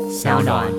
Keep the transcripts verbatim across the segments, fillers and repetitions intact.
小暖。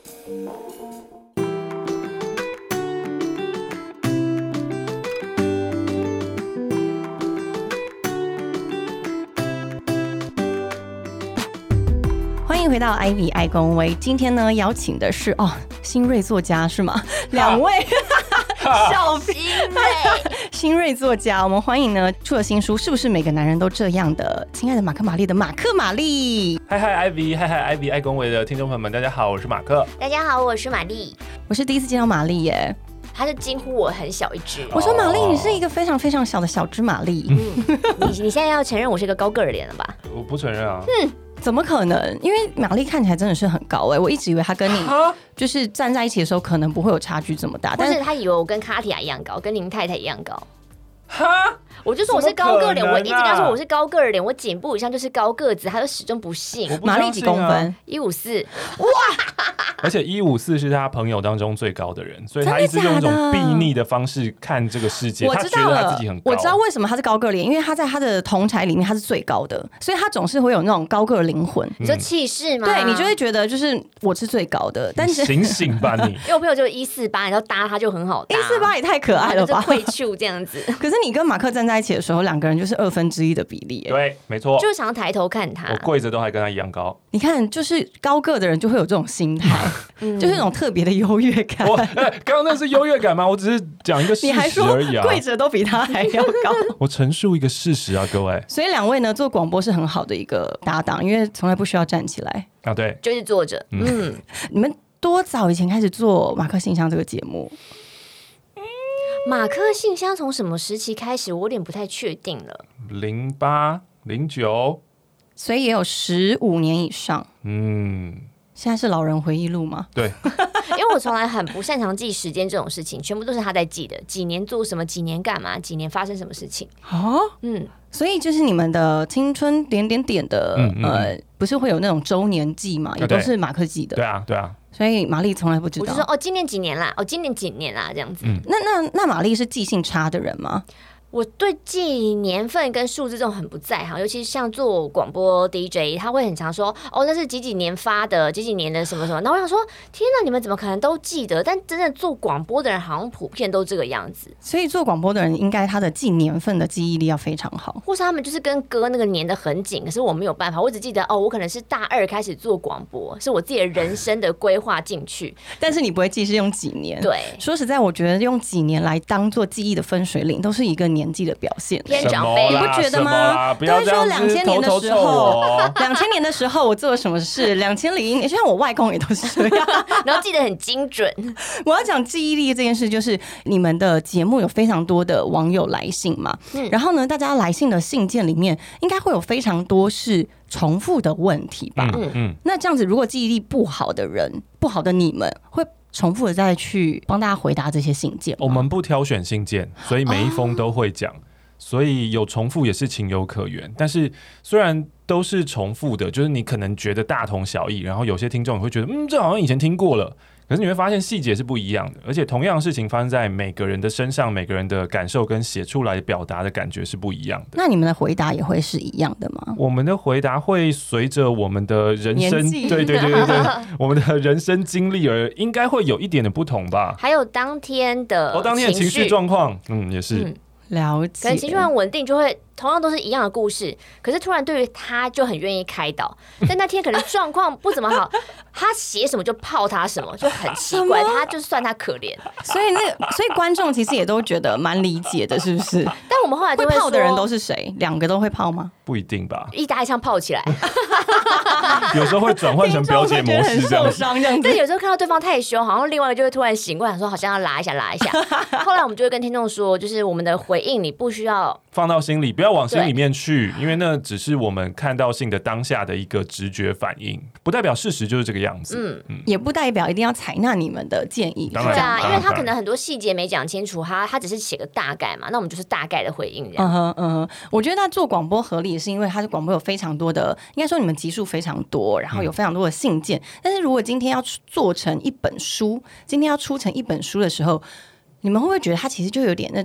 欢迎回到 Ivy 爱公微，今天呢邀请的是哦新锐作家是吗？两位小新锐新锐作家，我们欢迎呢出了新书，是不是每个男人都这样的？亲爱的马克玛丽的马克玛丽， 嗨嗨 Ivy， 嗨嗨 Ivy 爱公微的听众朋友们，大家好，我是马克。 大家好，我是玛丽。 我是第一次见到玛丽耶。 他就惊呼我很小一只， 我说玛丽，你是一个非常非常小的小只玛丽。 嗯，你你现在要承认我是一个高个儿脸了吧？ 我不承认啊。 嗯，怎么可能？因为玛丽看起来真的是很高哎、欸，我一直以为她跟你就是站在一起的时候可能不会有差距这么大， 但是他以为我跟卡提亚一样高，跟林太太一样高。 哈， 我就说我是高个脸，啊、我一直跟他说我是高个脸，我颈部以上就是高个子，他就始终不信。 玛丽几公分？ 一五四，哇！ 而且一五四是他朋友当中最高的人，所以他一直用一种睥睨的方式看这个世界。 我知道了， 他觉得他自己很高。 我知道为什么他是高个脸，因为他在他的同侪里面他是最高的，所以他总是会有那种高个灵魂。 你说气势吗？ 对，你就会觉得就是我是最高的，但是醒醒吧你！ 因为我朋友就一四八，然后搭他就很好搭。 一四八也太可爱了吧？ 会触这样子。 可是你跟马克站在一起的时候，两个人就是二分之一的比例。 对，没错， 就是想要抬头看他。 我跪着都还跟他一样高。 你看，就是高个的人就会有这种心态，嗯、就是那种特别的优越感。 我刚刚那是优越感吗？我只是讲一个事实而已啊。你还说跪着都比他还要高？ 我陈述一个事实啊，各位。 所以两位呢做广播是很好的一个搭档，因为从来不需要站起来啊，对， 就是坐着。嗯，嗯你们多早以前开始做马克信箱这个节目？ 马克信箱从什么时期开始？我有点不太确定了。 零八、零九， 所以也有十五年以上。 嗯， 现在是老人回忆录吗？ 对， 因为我从来很不擅长记时间这种事情，全部都是他在记的。几年做什么，几年干嘛，几年发生什么事情。 哦，嗯，所以就是你们的青春点点点的，嗯嗯呃，不是会有那种周年记嘛，也都是马克记的。 对啊，对啊。 所以玛丽从来不知道， 我就说哦，今年几年啦，哦，今年几年啦，这样子。嗯、 那那那玛丽是记性差的人吗？ 我对记年份跟数字这种很不在行，尤其是像做广播 D J， 他会很常说哦，那是几几年发的，几几年的什么什么。然后我想说，天哪，你们怎么可能都记得？但真正做广播的人好像普遍都这个样子。 所以做广播的人应该他的记年份的记忆力要非常好， 或是他们就是跟歌那个粘得很紧。可是我没有办法，我只记得哦，我可能是大二开始做广播，是我自己的人生的规划进去。 但是你不会记是用几年？ 对， 说实在，我觉得用几年来当做记忆的分水岭，都是一个年纪的表现。 偏长辈， 你不觉得吗？ 不要这样子两千年的时候，两千年的时候我做了什么事？两千零一年，就像我外公也都是这样， 然后记得很精准。 我要讲记忆力这件事，就是你们的节目有非常多的网友来信嘛，嗯、然后呢，大家来信的信件里面应该会有非常多是重复的问题吧？嗯嗯，那这样子，如果记忆力不好的人，不好的你们会重复的再去帮大家回答这些信件吗？ 我们不挑选信件，所以每一封都会讲。哦，所以有重复也是情有可原，但是虽然都是重复的，就是你可能觉得大同小异，然后有些听众也会觉得嗯，这好像以前听过了，可是你会发现细节是不一样的，而且同样的事情发生在每个人的身上，每个人的感受跟写出来表达的感觉是不一样的。 那你们的回答也会是一样的吗？ 我们的回答会随着我们的人生，对对对对对，我们的人生经历而应该会有一点的不同吧。 还有当天的哦，当天的情绪状况，嗯，也是。嗯， 了解， 可能情绪很稳定，就会同样都是一样的故事，可是突然对于他就很愿意开导，但那天可能状况不怎么好，他写什么就泡他什么，就很奇怪，他就算他可怜， 所以那所以观众其实也都觉得蛮理解的，是不是？ 但我们后来就会泡的人都是谁？两个都会泡吗？ 不一定吧， 一搭一唱泡起来， 有时候会转换成表姐模式这样子， 对，有时候看到对方太凶，好像另外一个就会突然醒过来，说好像要拉一下拉一下。后来我们就会跟听众说，就是我们的回应你不需要放到心里，不要往心里面去，因为那只是我们看到信的当下的一个直觉反应，不代表事实就是这个样子。嗯嗯，也不代表一定要采纳你们的建议。 当然， 对啊，因为他可能很多细节没讲清楚，他他只是写个大概嘛，那我们就是大概的回应这样。 嗯哼嗯哼，我觉得他做广播合理，是因为他的广播有非常多的，应该说你们集数非常多，然后有非常多的信件。嗯、但是如果今天要做成一本书，今天要出成一本书的时候，你们会不会觉得他其实就有点那种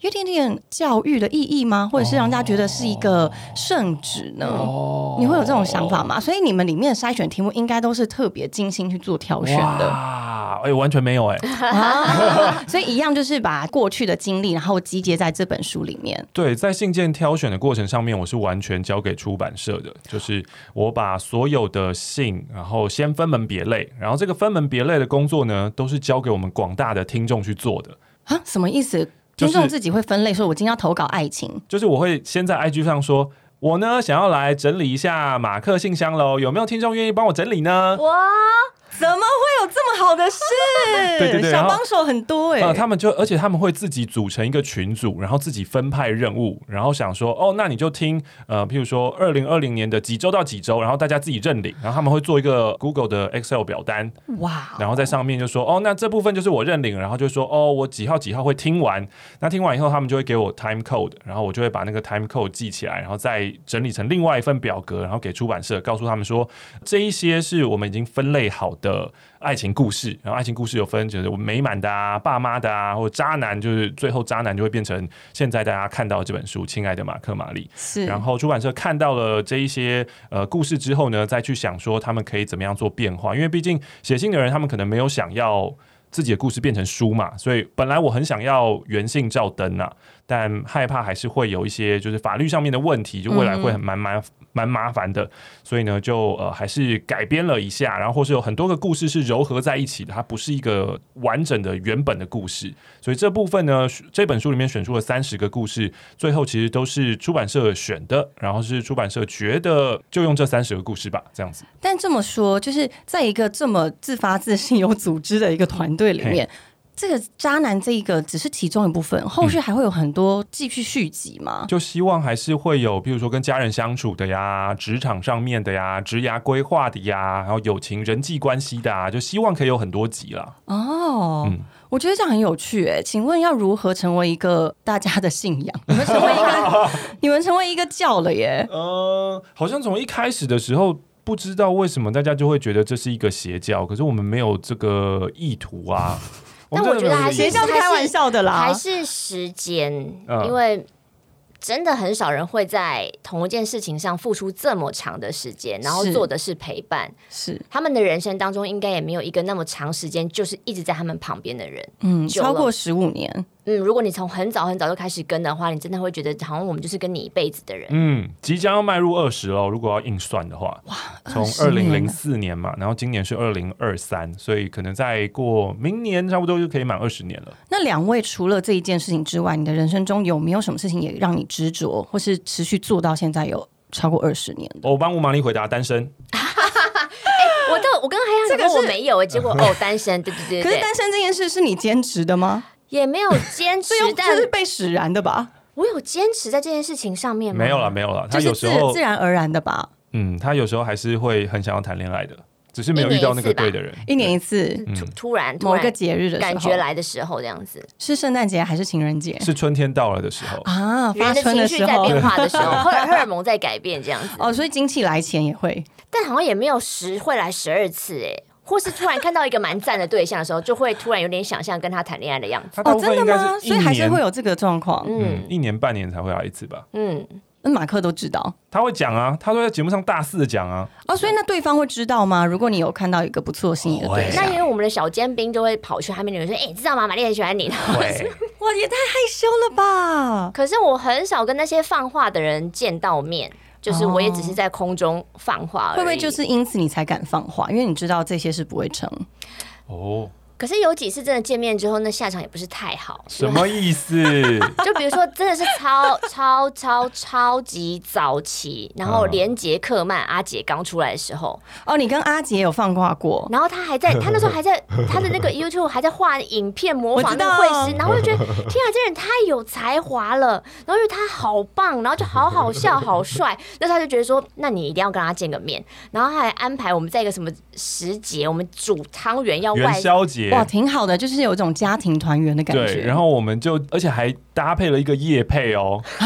有点点教育的意义吗？或者是让大家觉得是一个圣旨呢？哦、你会有这种想法吗？所以你们里面的筛选题目应该都是特别精心去做挑选的。 哇，哎、欸，完全没有哎、欸啊。所以一样就是把过去的经历，然后集结在这本书里面。 对，在信件挑选的过程上面，我是完全交给出版社的，就是我把所有的信，然后先分门别类，然后这个分门别类的工作呢，都是交给我们广大的听众去做的。 啊，什么意思？听众自己会分类，说我今天要投稿爱情， 就是我会先在 I G 上说，我呢想要来整理一下马克信箱喽，有没有听众愿意帮我整理呢？ 哇！怎么会有这么好的事？ 对对对， 小帮手很多哎、欸呃。他们就，而且他们会自己组成一个群组，然后自己分派任务，然后想说，哦，那你就听，呃，譬如说二零二零年的几周到几周，然后大家自己认领，然后他们会做一个 Google 的 Excel 表单，哇，然后在上面就说，哦，那这部分就是我认领，然后就说，哦，我几号几号会听完，那听完以后，他们就会给我 time code，然后我就会把那个 time code 记起来，然后再整理成另外一份表格，然后给出版社，告诉他们说，这一些是我们已经分类好的爱情故事，然后爱情故事有分就是美满的啊、爸妈的啊，或者渣男，就是最后渣男就会变成现在大家看到这本书《亲爱的马克玛丽》。 是， 然后出版社看到了这一些呃故事之后呢，再去想说他们可以怎么样做变化，因为毕竟写信的人他们可能没有想要自己的故事变成书嘛，所以本来我很想要原信照登啊，但害怕还是会有一些就是法律上面的问题，就未来会很蛮蛮蛮麻烦的，所以呢就呃还是改编了一下，然后或是有很多个故事是糅合在一起的，它不是一个完整的原本的故事，所以这部分呢，这本书里面选出了三十个故事，最后其实都是出版社选的，然后是出版社觉得就用这三十个故事吧，这样子。 但这么说，就是在一个这么自发自信有组织的一个团队里面。这个渣男这一个只是其中一部分，后续还会有很多继续续集吗？ 嗯、就希望还是会有，比如说跟家人相处的呀，职场上面的呀，职涯规划的呀，然后友情人际关系的啊，就希望可以有很多集啦。 哦，嗯、我觉得这样很有趣哎。请问要如何成为一个大家的信仰？你们成为一个，你们成为一个教了耶？ 呃，好像从一开始的时候。不知道为什么大家就会觉得这是一个邪教，可是我们没有这个意图啊。 但我觉得还是邪教是开玩笑的啦， 还是时间，嗯、因为真的很少人会在同一件事情上付出这么长的时间，然后做的是陪伴。 是他们的人生当中应该也没有一个那么长时间就是一直在他们旁边的人， 嗯，超过十五年。 嗯，如果你从很早很早就开始跟的话，你真的会觉得好像我们就是跟你一辈子的人。 嗯，即将要迈入二十了，如果要硬算的话，哇，从二零零四年嘛，然后今年是二零二三，所以可能再过明年差不多就可以满二十年了。 那两位除了这一件事情之外，你的人生中有没有什么事情也让你执着，或是持续做到现在有超过二十年的？ 我帮吴玛丽回答单身。 我都我跟黑暗这个我没有哎，结果哦单身，对对 对, 對。 可是单身这件事是你坚持的吗？ 也没有坚持， 但是被使然的吧？ 我有坚持在这件事情上面吗？ 没有了，没有了。他有时候、 就是、自然而然的吧？ 嗯，他有时候还是会很想要谈恋爱的，只是没有遇到那个对的人。 一年一次， 嗯、突突然某一个节日的时候， 感觉来的时候，这样子是圣诞节还是情人节？ 是春天到了的时候啊，发春的时候，人的情绪在变化的时候，荷荷尔蒙在改变，这样子。 哦，所以经期来前也会， 但好像也没有十会来十二次哎。或是突然看到一个蛮赞的对象的时候，就会突然有点想象跟他谈恋爱的样子。 哦，真的吗？所以还是会有这个状况。 嗯，一年半年才会来一次吧。 嗯，那马克都知道， 他会讲啊，他都在节目上大肆的讲啊。 哦，所以那对方会知道吗？如果你有看到一个不错心仪的对象， 那因为我们的小尖兵就会跑去他面前说：“哎、欸，你知道吗？玛丽很喜欢你。” 哇，也太害羞了吧！ 可是我很少跟那些放话的人见到面。就是我也只是在空中放话而已， 会不会就是因此你才敢放话？因为你知道这些是不会成哦。 可是有几次真的见面之后，那下场也不是太好。 什么意思？ 就比如说，真的是超超超超级早期，然后连杰克曼、阿杰刚出来的时候， 哦，你跟阿杰有放话过， 然后他还在，他那时候还在他的那个 YouTube 还在画影片模仿那个绘师，然后就觉得天啊，这人太有才华了，然后因为他好棒，然后就好好笑、好帅，那他就觉得说，那你一定要跟他见个面，然后他还安排我们在一个什么时节，我们煮汤圆要外元宵节。 哇，挺好的，就是有一种家庭团圆的感觉。 对，然后我们就，而且还搭配了一个业配哦。啊，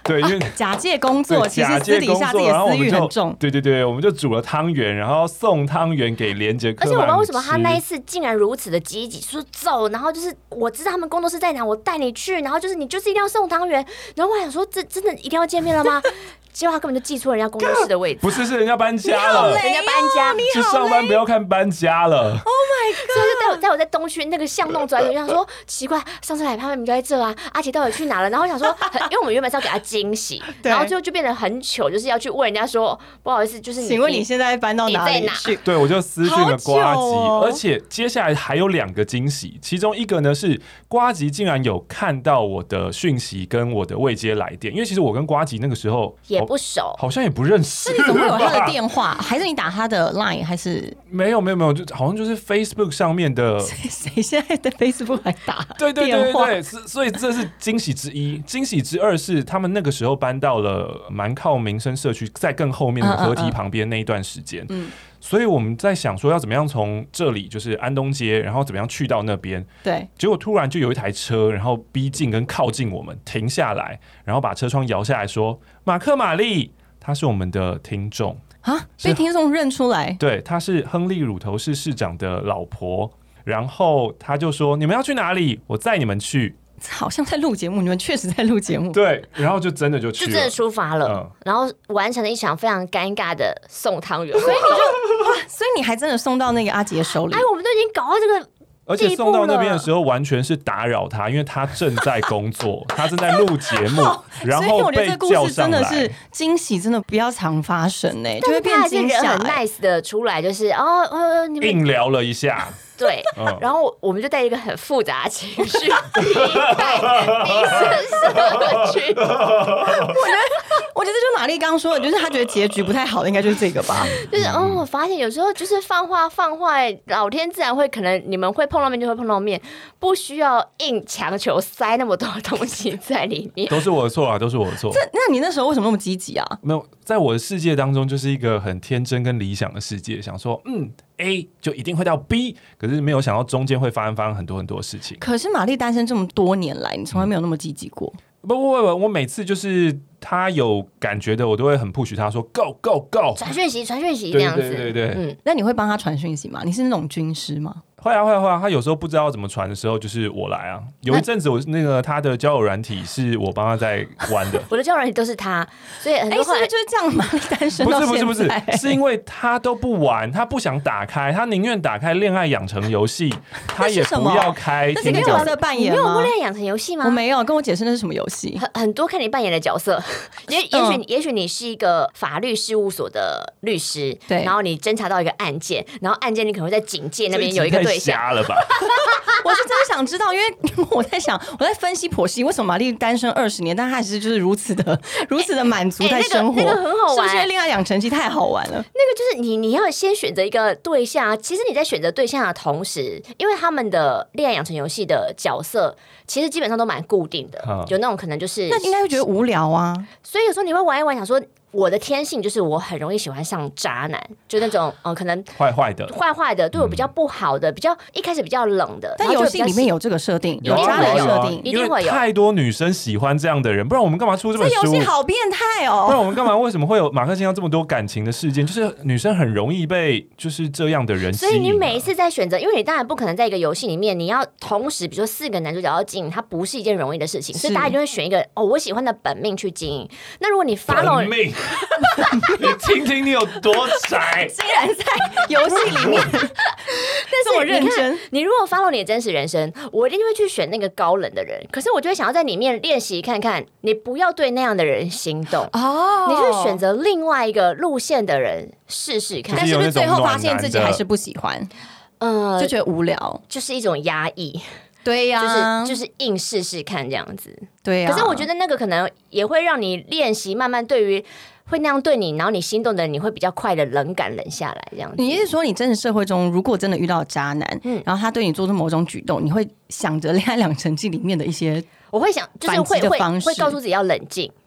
对，因为、 啊、假借工作，其实私底下自己的私欲很重。 对对对，我们就煮了汤圆，然后送汤圆给连结科。 而且我不知道为什么他那一次竟然如此的积极，说走，然后就是我知道他们工作室在哪，我带你去，然后就是你就是一定要送汤圆，然后我想说，这真的一定要见面了吗？结果他根本就记错人家工作室的位置， 不是，是人家搬家了， 人家搬家， 去上班不要看搬家了。Oh my god！ 所以就带我带我在东区那个巷弄走来走去，想说奇怪，上次来他们就在这啊，阿杰到底去哪了？然后我想说，因为我们原本是要给他惊喜，然后最后就变得很糗，就是要去问人家说，不好意思，就是你请问你现在搬到哪里去？ 对，我就私讯了呱吉、 哦， 而且接下来还有两个惊喜，其中一个呢是呱吉竟然有看到我的讯息跟我的未接来电，因为其实我跟呱吉那个时候也不熟， 好像也不认识。 那你怎么会有他的电话？还是你打他的 Line？ 还是没有没有没有，就好像就是 Facebook 上面的。 谁现在的 Facebook 还打对对对对对，所以这是惊喜之一。惊喜之二是他们那个时候搬到了蛮靠民生社区，在更后面的河堤旁边那一段时间。嗯，所以我们在想说要怎么样从这里就是安东街，然后怎么样去到那边。 对， 结果突然就有一台车，然后逼近跟靠近我们，停下来，然后把车窗摇下来说：“马克玛丽，他是我们的听众啊，被听众认出来。” 对，他是亨利乳头市市长的老婆。然后他就说：“你们要去哪里？我载你们去。” 好像在录节目，你们确实在录节目。 对，然后就真的就去了， 就真的出发了，嗯、然后完成了一场非常尴尬的送汤圆。 所以你就哇，所以你还真的送到那个阿杰手里。 哎，我们都已经搞到这个。 而且送到那边的时候，完全是打扰他，因为他正在工作，他正在录节目，然后被叫上来。真的是惊喜，真的不要常发生呢、欸， 就会变惊吓、欸。 很 nice 的出来，就是哦呃，你们硬聊了一下。 对，嗯、然后我们就带一个很复杂的情绪离开民生社区。我觉得，我觉得就玛丽刚刚说的，就是她觉得结局不太好的，应该就是这个吧。 就是哦，我发现有时候就是放话放坏，老天自然会可能你们会碰到面就会碰到面，不需要硬强求塞那么多东西在里面。 都是我的错啊，都是我的错。 那你那时候为什么那么积极啊？ 没有，在我的世界当中，就是一个很天真跟理想的世界，想说嗯。A 就一定会到 B， 可是没有想到中间会发生发生很多很多事情。 可是玛丽单身这么多年来，你从来没有那么积极过。 不不不，我每次就是他有感觉的，我都会很 push 他说 go go go， 传讯息传讯息这样子。 对对对对， 嗯，那你会帮他传讯息吗？你是那种军师吗？ 会啊会啊会啊，他有时候不知道怎么传的时候，就是我来啊。有一阵子我那个他的交友软体是我帮他在玩的， 我的交友软体都是他，所以很多后来、欸、是不是就是这样嘛？单身到现在不是不是不是，是因为他都不玩，他不想打开，他宁愿打开恋爱养成游戏，他也不要开。 那是一个角色扮演吗？ 你有过恋爱养成游戏吗？ 我没有，跟我解释那是什么游戏。 很很多看你扮演的角色，也也许、嗯、也许你是一个法律事务所的律师，对，然后你侦查到一个案件，然后案件你可能会在警界那边有一个对象， 太瞎了吧？ 我是真的想知道，因为我在想，我在分析剖析为什么玛丽单身二十年，但她还是就是如此的、如此的满足在生活， 欸欸那個那個、很好玩， 是不是恋爱养成期太好玩了？那个就是你你要先选择一个对象，其实你在选择对象的同时，因为他们的恋爱养成游戏的角色其实基本上都蛮固定的，嗯、有那种可能就是那应该会觉得无聊啊， 所以有时候你会玩一玩，想说。我的天性就是我很容易喜欢上渣男，就那种呃可能坏坏的、 坏坏的，对我比较不好的，嗯、比较一开始比较冷的。 但游戏里面有这个设定， 有渣男设定， 一定会有。 太多女生喜欢这样的人，不然我们干嘛出这本书？ 这游戏好变态哦！ 不然我们干嘛？为什么会有马克先生这么多感情的事件？就是女生很容易被就是这样的人吸引。 所以你每一次在选择，因为你当然不可能在一个游戏里面，你要同时，比如说四个男主角要经营，它不是一件容易的事情，所以大家就会选一个哦我喜欢的本命去经营。那如果你 follow 本命。你听听你有多宅， 竟然在游戏里面但是我认真。 你如果 follow 你的真实人生，我一定会去选那个高冷的人。可是我就会想要在里面练习看看，你不要对那样的人心动哦，你去选择另外一个路线的人试试看。 但是不是最后发现自己还是不喜欢？嗯，就觉得无聊， 就是一种压抑。 对呀、 啊，就是就是硬试试看这样子。 对呀、啊， 可是我觉得那个可能也会让你练习，慢慢对于会那样对你，然后你心动的人，你会比较快的冷感冷下来这样子。 你是说，你真的社会中，如果真的遇到渣男，嗯，然后他对你做出某种举动，你会想着《恋爱养成记》里面的一些， 我会想，就是会会会告诉自己要冷静。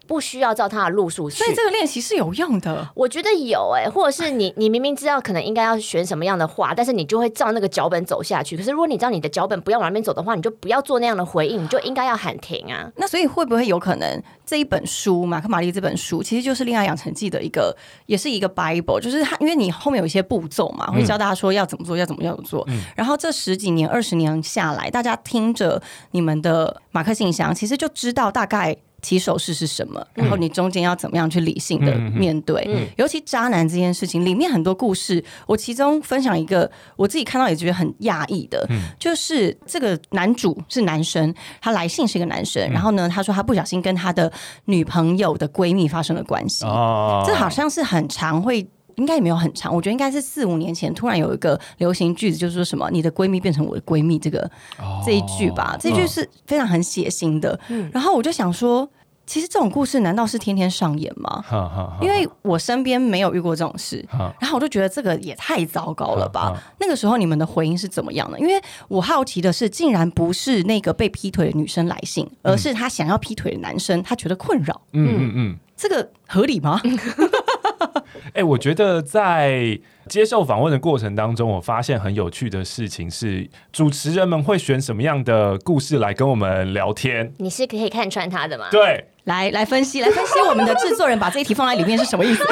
不需要照他的路数去。 所以这个练习是有用的， 我觉得有哎、欸，或者是你你明明知道可能应该要选什么样的话，但是你就会照那个脚本走下去。可是如果你知道你的脚本不要往那边走的话，你就不要做那样的回应，你就应该要喊停啊。 那所以会不会有可能这一本书《马克·玛丽》这本书其实就是《恋爱养成记》的一个，也是一个 Bible， 就是它因为你后面有一些步骤嘛，会教大家说要怎么做，要怎么要怎么做。嗯、然后这十几年、二十年下来，大家听着你们的马克信箱，其实就知道大概起手式是什么，然后你中间要怎么样去理性的面对。嗯嗯、尤其渣男这件事情，里面很多故事，我其中分享一个我自己看到也觉得很讶异的，嗯、就是这个男主是男生，他来信是一个男生，嗯、然后呢，他说他不小心跟他的女朋友的闺蜜发生了关系，哦、这好像是很常会。应该也没有很长，我觉得应该是四五年前突然有一个流行句子，就是说什么你的闺蜜变成我的闺蜜这个、哦、这一句吧，这一句是非常很血腥的。嗯、然后我就想说，其实这种故事难道是天天上演吗？因为我身边没有遇过这种事，然后我就觉得这个也太糟糕了吧。那个时候你们的回应是怎么样的？因为我好奇的是，竟然不是那个被劈腿的女生来信，而是他想要劈腿的男生，他觉得困扰。嗯嗯嗯，这个合理吗？ 哎、欸，我觉得在接受访问的过程当中，我发现很有趣的事情是，主持人们会选什么样的故事来跟我们聊天？ 你是可以看穿他的吗？ 对， 来来分析，来分析我们的制作人把这一题放在里面是什么意思？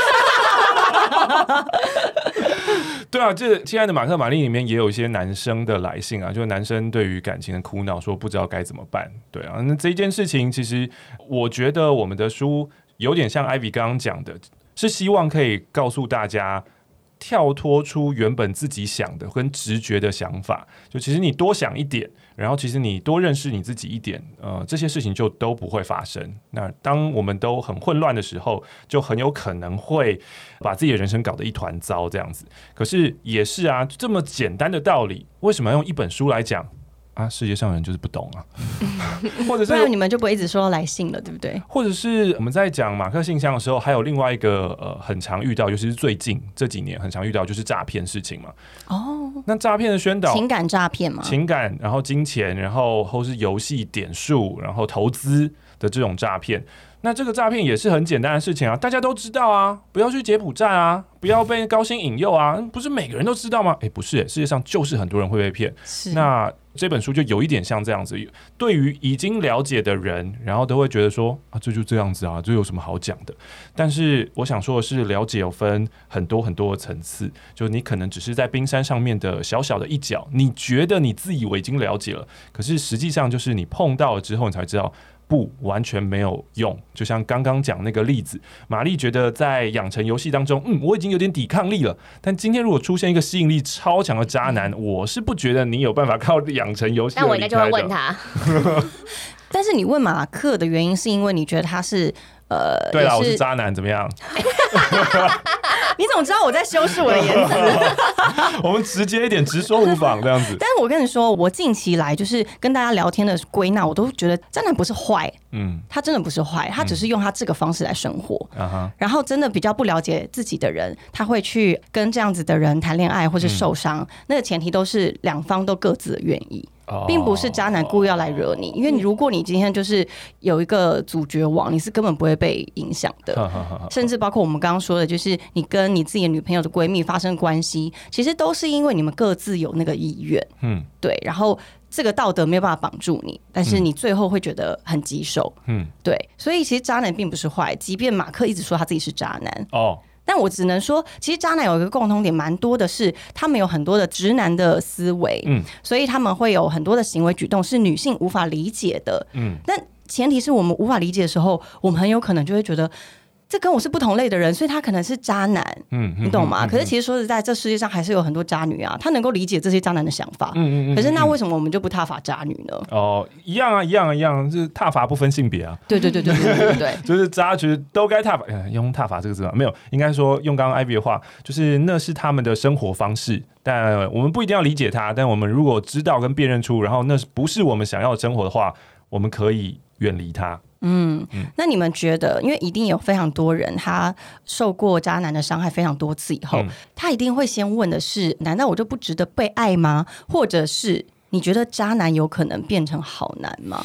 对啊，这亲爱的马克·玛丽里面也有一些男生的来信啊，就是男生对于感情的苦恼，说不知道该怎么办。对啊，那这一件事情，其实我觉得我们的书有点像 Ivy 刚刚讲的。是希望可以告诉大家，跳脱出原本自己想的跟直觉的想法，就其实你多想一点，然后其实你多认识你自己一点，呃，这些事情就都不会发生。那当我们都很混乱的时候，就很有可能会把自己的人生搞得一团糟这样子。可是也是啊，这么简单的道理，为什么要用一本书来讲？啊，世界上人就是不懂啊，或者是不然你们就不会一直说要来信了，对不对？ 或者是我们在讲马克信箱的时候，还有另外一个呃很常遇到，尤其是最近这几年很常遇到，就是诈骗事情嘛。哦，那诈骗的宣导， 情感诈骗嘛， 情感，然后金钱，然后或是游戏点数，然后投资的这种诈骗。那这个诈骗也是很简单的事情啊，大家都知道啊，不要去柬埔寨啊，不要被高薪引诱啊，不是每个人都知道吗？哎，不是，世界上就是很多人会被骗。那这本书就有一点像这样子，对于已经了解的人，然后都会觉得说啊，这就这样子啊，这有什么好讲的？但是我想说的是，了解有分很多很多的层次，就你可能只是在冰山上面的小小的一角，你觉得你自以为已经了解了，可是实际上就是你碰到了之后，你才知道。不，完全没有用。就像刚刚讲那个例子，玛丽觉得在养成游戏当中，嗯，我已经有点抵抗力了。但今天如果出现一个吸引力超强的渣男，我是不觉得你有办法靠养成游戏。 那我应该就会问他。 但是你问马克的原因，是因为你觉得他是呃， 对啦，我是渣男，怎么样？ 你怎么知道我在修饰我的言辞？ 我们直接一点，直说无妨这样子。 但是我跟你说，我近期来就是跟大家聊天的归纳，我都觉得渣男不是坏，嗯，他真的不是坏，他只是用他这个方式来生活。嗯、然后真的比较不了解自己的人，他会去跟这样子的人谈恋爱或是受伤，嗯、那个前提都是两方都各自的愿意。并不是渣男故意要来惹你，因为如果你今天就是有一个主角网，你是根本不会被影响的。甚至包括我们刚刚说的，就是你跟你自己的女朋友的闺蜜发生关系，其实都是因为你们各自有那个意愿。嗯，对。然后这个道德没有办法绑住你，但是你最后会觉得很棘手。嗯，对。所以其实渣男并不是坏，即便马克一直说他自己是渣男。哦。但我只能说，其实渣男有一个共同点，蛮多的是，他们有很多的直男的思维，嗯，所以他们会有很多的行为举动是女性无法理解的，嗯。但前提是我们无法理解的时候，我们很有可能就会觉得，这跟我是不同类的人，所以他可能是渣男，嗯，你懂吗？嗯嗯嗯、可是其实说实在，这世界上还是有很多渣女啊，她能够理解这些渣男的想法，嗯嗯嗯。可是那为什么我们就不挞伐渣女呢？ 哦，一样啊，一样啊，一样，就是挞伐不分性别啊。 对对对对对对 对, 对，就是渣其实都该挞伐，用挞伐这个字吗？没有，应该说用刚刚 Ivy 的话，就是那是他们的生活方式，但我们不一定要理解它，但我们如果知道跟辨认出，然后那不是我们想要的生活的话，我们可以远离它。 嗯，那你们觉得，因为一定有非常多人他受过渣男的伤害非常多次以后，嗯、他一定会先问的是：难道我就不值得被爱吗？或者是你觉得渣男有可能变成好男吗？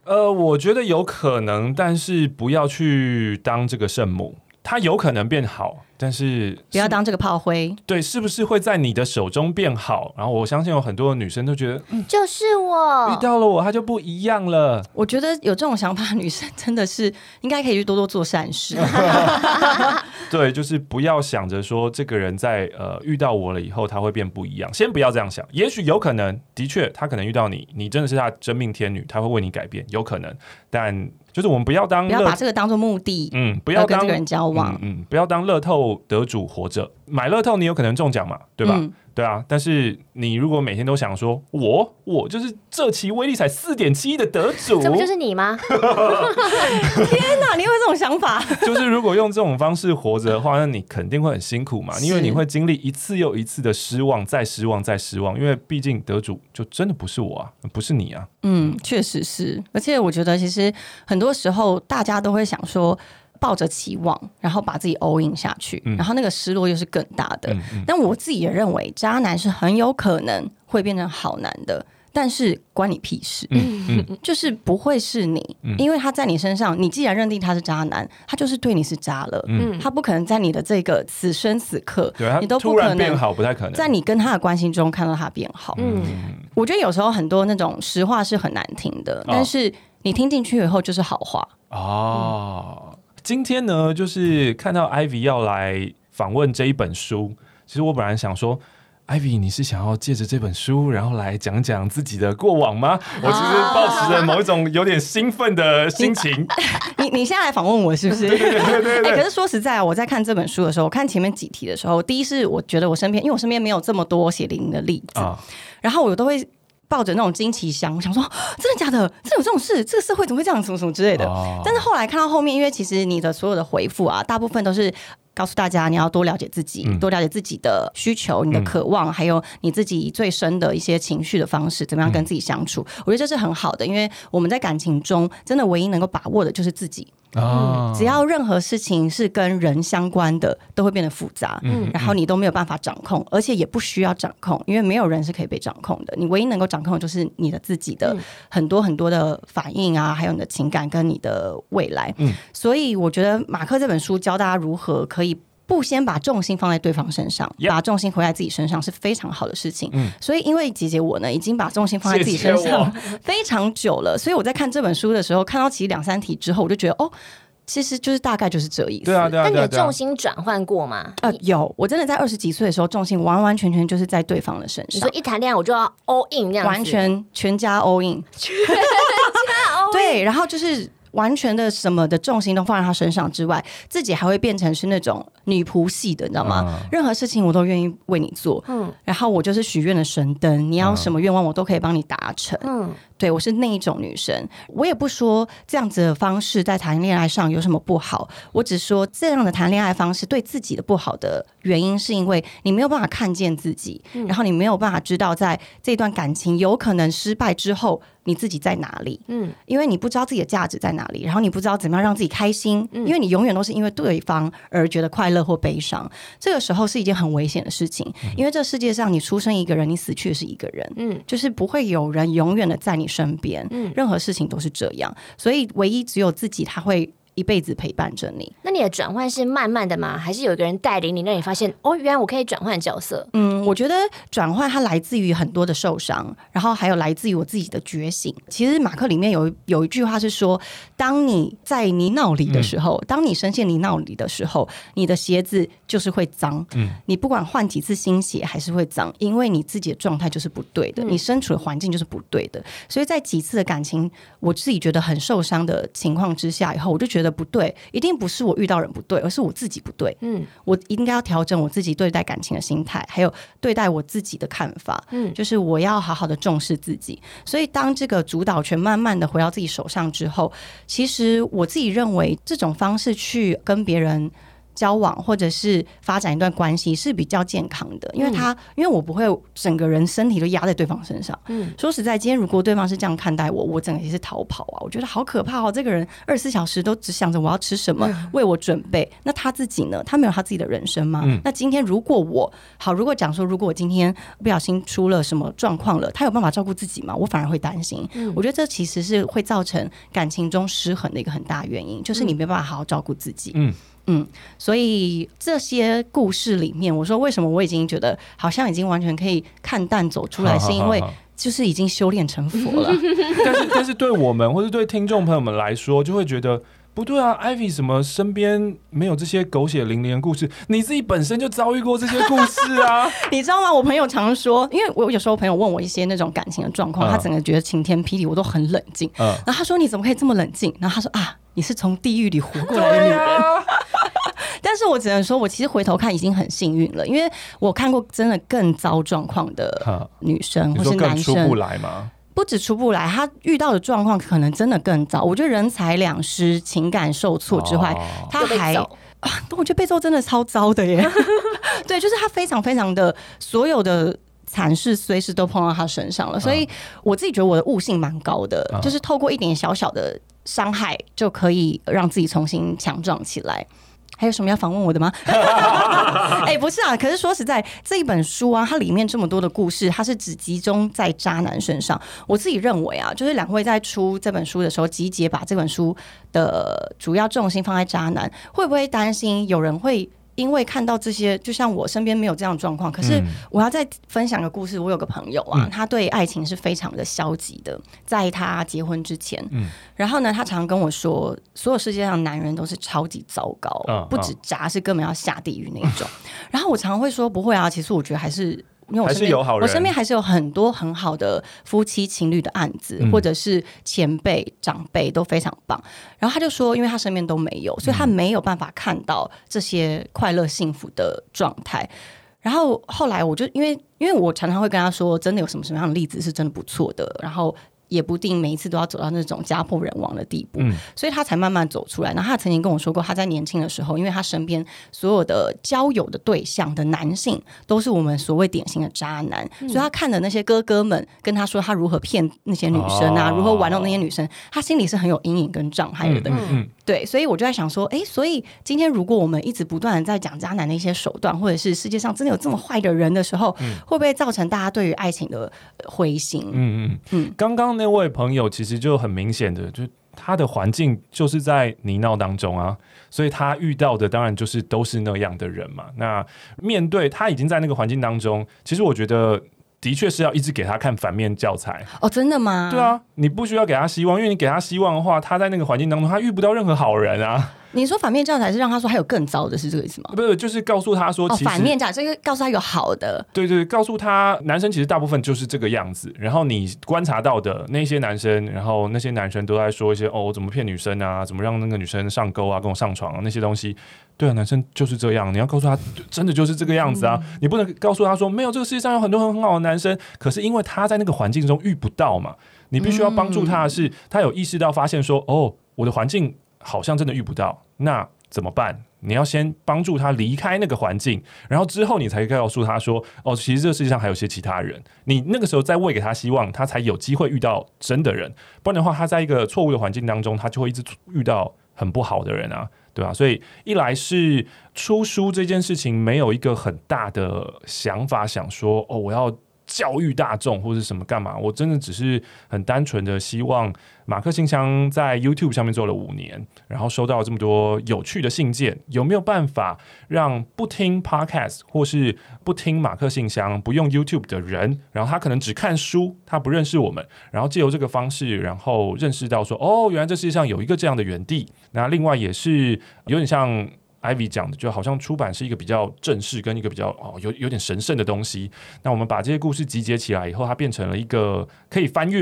呃，我觉得有可能，但是不要去当这个圣母。它有可能变好，但是不要当这个炮灰。 对，是不是会在你的手中变好？然后我相信有很多的女生都觉得，嗯， 就是我遇到了我，她就不一样了。 我觉得有这种想法的女生真的是应该可以去多多做善事。 对，就是不要想着说这个人在呃遇到我了以后他会变不一样，先不要这样想。也许有可能，的确他可能遇到你，你真的是他真命天女，他会为你改变，有可能，但。就是我们不要当不要把这个当作目的， 嗯，不要当跟这个人交往， 嗯，嗯不要当乐透得主活着。买乐透你有可能中奖嘛，对吧？嗯、对啊，但是你如果每天都想说，我我就是这期威力彩四点七的得主， 这不就是你吗？ 天哪，你有这种想法？ 就是如果用这种方式活着的话，那你肯定会很辛苦嘛，因为你会经历一次又一次的失望，再失望，再失望，因为毕竟得主就真的不是我啊，不是你啊。 嗯，确实是，而且我觉得其实很多时候大家都会想说。抱着期望，然后把自己 all in 下去，嗯、然后那个失落又是更大的。嗯嗯、但我自己也认为，渣男是很有可能会变成好男的，但是关你屁事，嗯嗯、就是不会是你，嗯、因为他在你身上，你既然认定他是渣男，他就是对你是渣了，嗯、他不可能在你的这个此生此刻，你都不可能变好，不太可能在你跟他的关系中看到他变好。嗯，我觉得有时候很多那种实话是很难听的，哦、但是你听进去以后就是好话哦。嗯今天呢，就是看到 Ivy 要来访问这一本书，其实我本来想说 ，Ivy 你是想要借着这本书，然后来讲讲自己的过往吗？我其实抱持着某一种有点兴奋的心情。 你你现在来访问我是不是？ 对对对对对。 欸、可是说实在，我在看这本书的时候，我看前面几题的时候，第一是我觉得我身边，因为我身边没有这么多血淋淋的例子，啊、然后我都会。抱着那种惊奇想，想说真的假的？真的有这种事？这个社会怎么会这样？什么什么之类的。Oh. 但是后来看到后面，因为其实你的所有的回复啊，大部分都是告诉大家你要多了解自己，嗯、多了解自己的需求、你的渴望，嗯、还有你自己最深的一些情绪的方式，怎么样跟自己相处。嗯、我觉得这是很好的，因为我们在感情中真的唯一能够把握的就是自己。嗯、只要任何事情是跟人相关的，都会变得复杂，嗯、然后你都没有办法掌控，而且也不需要掌控，因为没有人是可以被掌控的。你唯一能够掌控的就是你的自己的很多很多的反应啊，还有你的情感跟你的未来。嗯、所以我觉得马克这本书教大家如何可以不先把重心放在对方身上， Yep. 把重心回在自己身上是非常好的事情。嗯、所以因为姐姐我呢已经把重心放在自己身上非常久了，所以我在看这本书的时候，看到其实两三题之后，我就觉得哦，其实就是大概就是这意思。 对啊，对啊。 但你的重心转换过吗？ 呃，有，我真的在二十几岁的时候，重心完完全全就是在对方的身上。 你说一谈恋爱我就要 all in 这样子， 完全全家 all in， 全家 all in。 对，然后就是完全的什么的重心都放在他身上之外，自己还会变成是那种女仆系的，你知道吗？嗯、任何事情我都愿意为你做，嗯，然后我就是许愿的神灯，你要什么愿望我都可以帮你达成，嗯。对，我是那一种女生，我也不说这样子的方式在谈恋爱上有什么不好，我只说这样的谈恋爱方式对自己的不好的原因是因为你没有办法看见自己，嗯、然后你没有办法知道在这段感情有可能失败之后你自己在哪里，嗯，因为你不知道自己的价值在哪里，然后你不知道怎么样让自己开心，嗯、因为你永远都是因为对方而觉得快乐或悲伤，这个时候是一件很危险的事情，嗯、因为这世界上你出生一个人，你死去的是一个人，嗯，就是不会有人永远的在你身边，嗯、任何事情都是这样，所以唯一只有自己他会一辈子陪伴着你。 那你的转换是慢慢的吗？还是有一个人带领你，让你发现哦，原来我可以转换角色？ 嗯，我觉得转换它来自于很多的受伤，然后还有来自于我自己的觉醒。其实马克里面有有一句话是说，当你在泥淖里的时候，嗯、当你深陷泥淖里的时候，你的鞋子就是会脏。嗯，你不管换几次新鞋还是会脏，因为你自己的状态就是不对的，嗯、你身处的环境就是不对的。所以在几次的感情，我自己觉得很受伤的情况之下，以后我就觉得不对，一定不是我遇到人不对，而是我自己不对。嗯，我应该要调整我自己对待感情的心态，还有对待我自己的看法。嗯，就是我要好好的重视自己。所以当这个主导权慢慢的回到自己手上之后，其实我自己认为这种方式去跟别人交往或者是发展一段关系是比较健康的，因为他、嗯、因为我不会整个人身体都压在对方身上。嗯，说实在，今天如果对方是这样看待我，我整个也是逃跑啊，我觉得好可怕哦。这个人二十四小时都只想着我要吃什么，嗯、为我准备。那他自己呢？他没有他自己的人生吗？嗯、那今天如果我好，如果讲说，如果我今天不小心出了什么状况了，他有办法照顾自己吗？我反而会担心。嗯、我觉得这其实是会造成感情中失衡的一个很大原因，就是你没办法好好照顾自己。嗯。嗯，所以这些故事里面，我说为什么我已经觉得好像已经完全可以看淡走出来，是因为就是已经修炼成佛了。 但是，但是对我们或是对听众朋友们来说，就会觉得不对啊 ，Ivy 什么身边没有这些狗血淋漓的故事，你自己本身就遭遇过这些故事啊。 你知道吗？我朋友常说，因为我有时候朋友问我一些那种感情的状况，嗯、他整个觉得晴天霹雳，我都很冷静。嗯、然后他说你怎么可以这么冷静？然后他说啊，你是从地狱里活过来的女人。但是我只能说，我其实回头看已经很幸运了，因为我看过真的更糟状况的女生或是男生， 你说更出不来吗？ 不止出不来，他遇到的状况可能真的更糟。我觉得人财两失、情感受挫之外，哦、他还啊，我觉得被揍真的超糟的耶。对，就是他非常非常的所有的惨事随时都碰到他身上了，所以我自己觉得我的悟性蛮高的，嗯、就是透过一点小小的伤害就可以让自己重新强壮起来。还有什么要访问我的吗？哎、欸，不是啊，可是说实在，这一本书啊，它里面这么多的故事，它是只集中在渣男身上。我自己认为啊，就是两位在出这本书的时候，集结把这本书的主要重心放在渣男，会不会担心有人会因为看到这些，就像我身边没有这样的状况，可是我要再分享个故事。我有个朋友啊，他对爱情是非常的消极的，在他结婚之前，嗯、然后呢，他常常跟我说，所有世界上男人都是超级糟糕，嗯、不止渣，是根本要下地狱那种。然后我常常会说，不会啊，其实我觉得还是。因为我身边我身边还是有很多很好的夫妻情侣的案子，嗯、或者是前辈长辈都非常棒。然后他就说，因为他身边都没有，所以他没有办法看到这些快乐幸福的状态。然后后来我就因为因为我常常会跟他说，真的有什么什么样的例子是真的不错的，然后也不定每一次都要走到那种家破人亡的地步，嗯、所以他才慢慢走出来。然后他曾经跟我说过，他在年轻的时候，因为他身边所有的交友的对象的男性都是我们所谓典型的渣男，嗯、所以他看的那些哥哥们跟他说他如何骗那些女生啊，哦、如何玩弄那些女生，他心里是很有阴影跟障碍的。嗯嗯嗯对，所以我就在想说，哎，所以今天如果我们一直不断的在讲渣男的一些手段，或者是世界上真的有这么坏的人的时候，嗯、会不会造成大家对于爱情的灰心？嗯嗯嗯。刚刚那位朋友其实就很明显的，就他的环境就是在泥淖当中啊，所以他遇到的当然就是都是那样的人嘛。那面对他已经在那个环境当中，其实我觉得。的确是要一直给他看反面教材哦，真的吗？ 对啊，你不需要给他希望，因为你给他希望的话，他在那个环境当中，他遇不到任何好人啊。 你说反面教材是让他说还有更糟的，是这个意思吗？ 不是，就是告诉他说其实， 哦，反面教材就是告诉他有好的。 对对，告诉他男生其实大部分就是这个样子，然后你观察到的那些男生，然后那些男生都在说一些哦，我怎么骗女生啊，怎么让那个女生上钩啊，跟我上床啊那些东西。对啊，男生就是这样，你要告诉他真的就是这个样子啊，嗯、你不能告诉他说没有，这个世界上有很多很好的男生，可是因为他在那个环境中遇不到嘛，你必须要帮助他的是，他有意识到发现说，哦，我的环境好像真的遇不到，那怎么办？你要先帮助他离开那个环境，然后之后你才告诉他说，哦，其实这个世界上还有些其他人，你那个时候再喂给他希望，他才有机会遇到真的人，不然的话，他在一个错误的环境当中，他就会一直遇到很不好的人啊。对啊，所以一来是出书这件事情没有一个很大的想法，想说哦，我要教育大众或者什么干嘛，我真的只是很单纯的希望马克信箱在 YouTube 上面做了五年，然后收到了这么多有趣的信件，有没有办法让不听 Podcast 或是不听马克信箱不用 YouTube 的人，然后他可能只看书，他不认识我们，然后借由这个方式然后认识到说，哦，原来这世界上有一个这样的园地。那另外也是有点像Ivy 讲的，就好像出版是一个比较正式跟一个比较哦有有点神圣的东西。那我们把这些故事集结起来以后，它变成了一个可以翻阅的，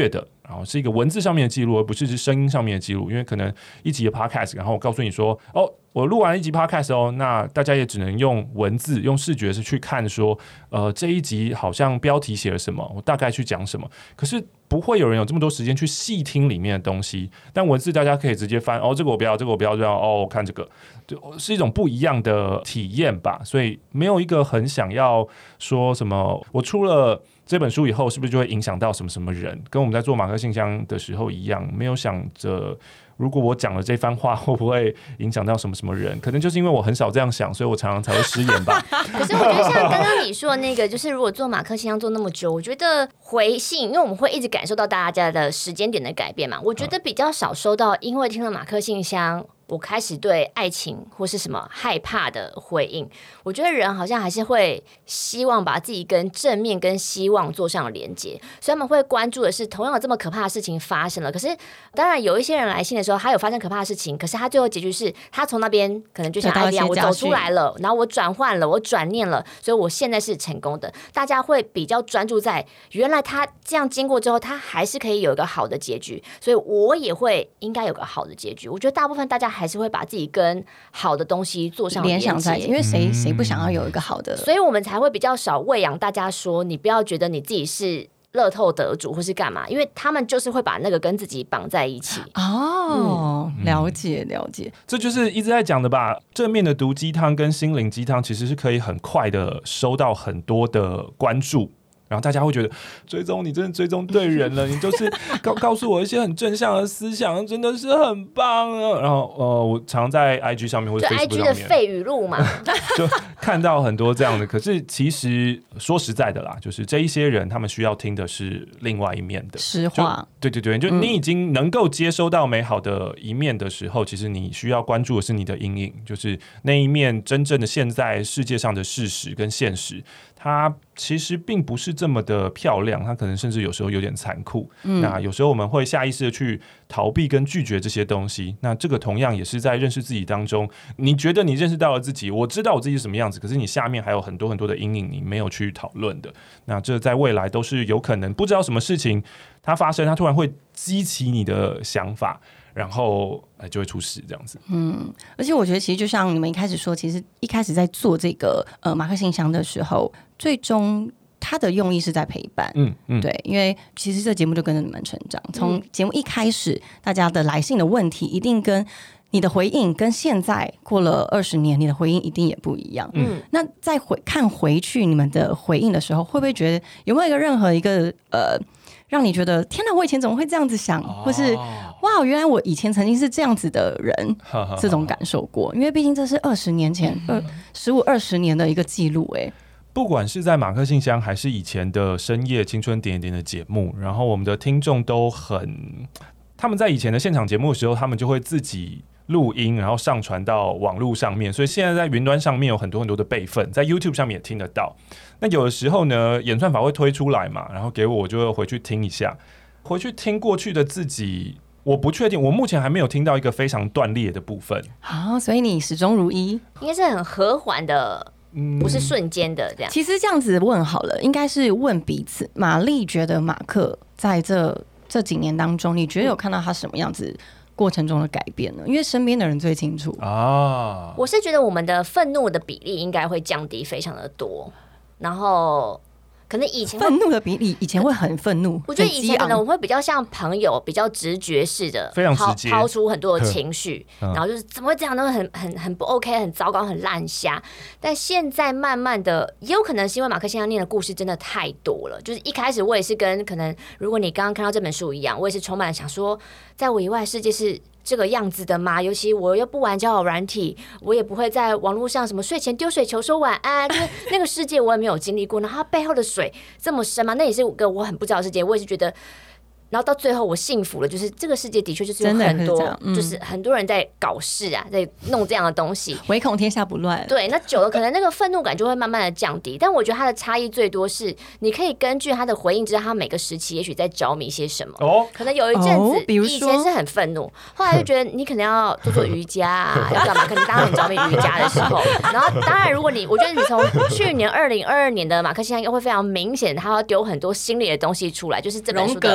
然后是一个文字上面的记录，而不是是声音上面的记录。因为可能一集的 podcast， 然后我告诉你说，哦，我录完一集 podcast 哦，那大家也只能用文字、用视觉是去看说，呃，这一集好像标题写了什么，我大概去讲什么。可是不会有人有这么多时间去细听里面的东西，但文字大家可以直接翻，哦，这个我不要，这个我不要，这样哦，我看这个，就是一种不一样的体验吧。所以没有一个很想要说什么，我出了这本书以后是不是就会影响到什么什么人，跟我们在做马克信箱的时候一样，没有想着如果我讲了这番话会不会影响到什么什么人，可能就是因为我很少这样想，所以我常常才会失言吧。 可是我觉得像刚刚你说的那个，就是如果做马克信箱做那么久，我觉得回信，因为我们会一直感受到大家的时间点的改变嘛，我觉得比较少收到因为听了马克信箱我开始对爱情或是什么害怕的回应。我觉得人好像还是会希望把自己跟正面跟希望做上连接，所以他们会关注的是同样这么可怕的事情发生了，可是当然有一些人来信的时候他有发生可怕的事情，可是他最后结局是他从那边可能就像艾迪一样，我走出来了，然后我转换了，我转念了，所以我现在是成功的。大家会比较专注在原来他这样经过之后他还是可以有一个好的结局，所以我也会应该有个好的结局。我觉得大部分大家还是会把自己跟好的东西做上连想在一起，因为谁谁不想要有一个好的， 所以我们才会比较少喂养大家说你不要觉得你自己是乐透得主或是干嘛，因为他们就是会把那个跟自己绑在一起。 哦、嗯，了解了解， 这就是一直在讲的吧。正面的毒鸡汤跟心灵鸡汤其实是可以很快的收到很多的关注。然后大家会觉得追踪你真的追踪对人了，你就是告告诉我一些很正向的思想，真的是很棒啊。然后呃，我常在 I G 上面或者 Facebook 上面， 就 I G 的废语录嘛， 就看到很多这样的。可是其实说实在的啦，就是这一些人他们需要听的是另外一面的实话。 对对对，就你已经能够接收到美好的一面的时候，其实你需要关注的是你的阴影，就是那一面真正的现在世界上的事实跟现实。它其实并不是这么的漂亮，它可能甚至有时候有点残酷、嗯、那有时候我们会下意识的去逃避跟拒绝这些东西，那这个同样也是在认识自己当中，你觉得你认识到了自己，我知道我自己是什么样子，可是你下面还有很多很多的阴影你没有去讨论的，那这在未来都是有可能不知道什么事情它发生，它突然会激起你的想法，然后就会出事这样子。 嗯，而且我觉得其实就像你们一开始说，其实一开始在做这个呃马克信箱的时候，最终它的用意是在陪伴。嗯嗯，对，因为其实这节目就跟着你们成长，从节目一开始，大家的来信的问题一定跟你的回应跟现在过了二十年，你的回应一定也不一样。嗯，那在回看回去你们的回应的时候，会不会觉得有没有一个任何一个呃？让你觉得天哪，我以前怎么会这样子想，哦、或是哇，原来我以前曾经是这样子的人，这种感受过？因为毕竟这是二十年前、二十五、二十年的一个记录，哎。 不管是在马克信箱还是以前的深夜青春点点的节目，然后我们的听众都很，他们在以前的现场节目的时候，他们就会自己录音，然后上传到网络上面，所以现在在云端上面有很多很多的备份，在 YouTube 上面也听得到。那有的时候呢，演算法会推出来嘛，然后给我，我就会回去听一下，回去听过去的自己，我不确定，我目前还没有听到一个非常断裂的部分。 好、哦，所以你始终如一， 应该是很和缓的。不是瞬间的这样、嗯。 其实这样子问好了，应该是问彼此。玛丽觉得马克在这这几年当中，你觉得有看到他什么样子过程中的改变呢？因为身边的人最清楚啊。 我是觉得我们的愤怒的比例应该会降低非常的多，然后可能以前愤怒的比例以前会很愤怒， 我觉得以前可能我会比较像朋友，比较直觉式的， 非常直接抛出很多的情绪，然后就是怎么会这样，都很很很不 OK， 很糟糕，很烂瞎。但现在慢慢的，也有可能是因为马克信箱念的故事真的太多了，就是一开始我也是跟可能如果你刚刚看到这本书一样，我也是充满了想说，在我以外的世界是这个样子的吗？尤其我又不玩交友软体，我也不会在网络上什么睡前丢水球说晚安，就是那个世界我也没有经历过。然后它背后的水这么深吗？那也是个我很不知道的世界。我也是觉得，然后到最后我幸福了，就是这个世界的确就是有很多，是嗯、就是很多人在搞事啊，在弄这样的东西， 唯恐天下不乱。 对，那久了可能那个愤怒感就会慢慢的降低。但我觉得它的差异最多是，你可以根据他的回应知道他每个时期也许在着迷些什么。哦，可能有一阵子，哦、比如以前是很愤怒，后来就觉得你可能要做做瑜伽啊，要干嘛？可能当很着迷瑜伽的时候，然后当然如果你，我觉得你从去年二零二二年的马克信箱又会非常明显，他要丢很多心理的东西出来，就是这本书的对。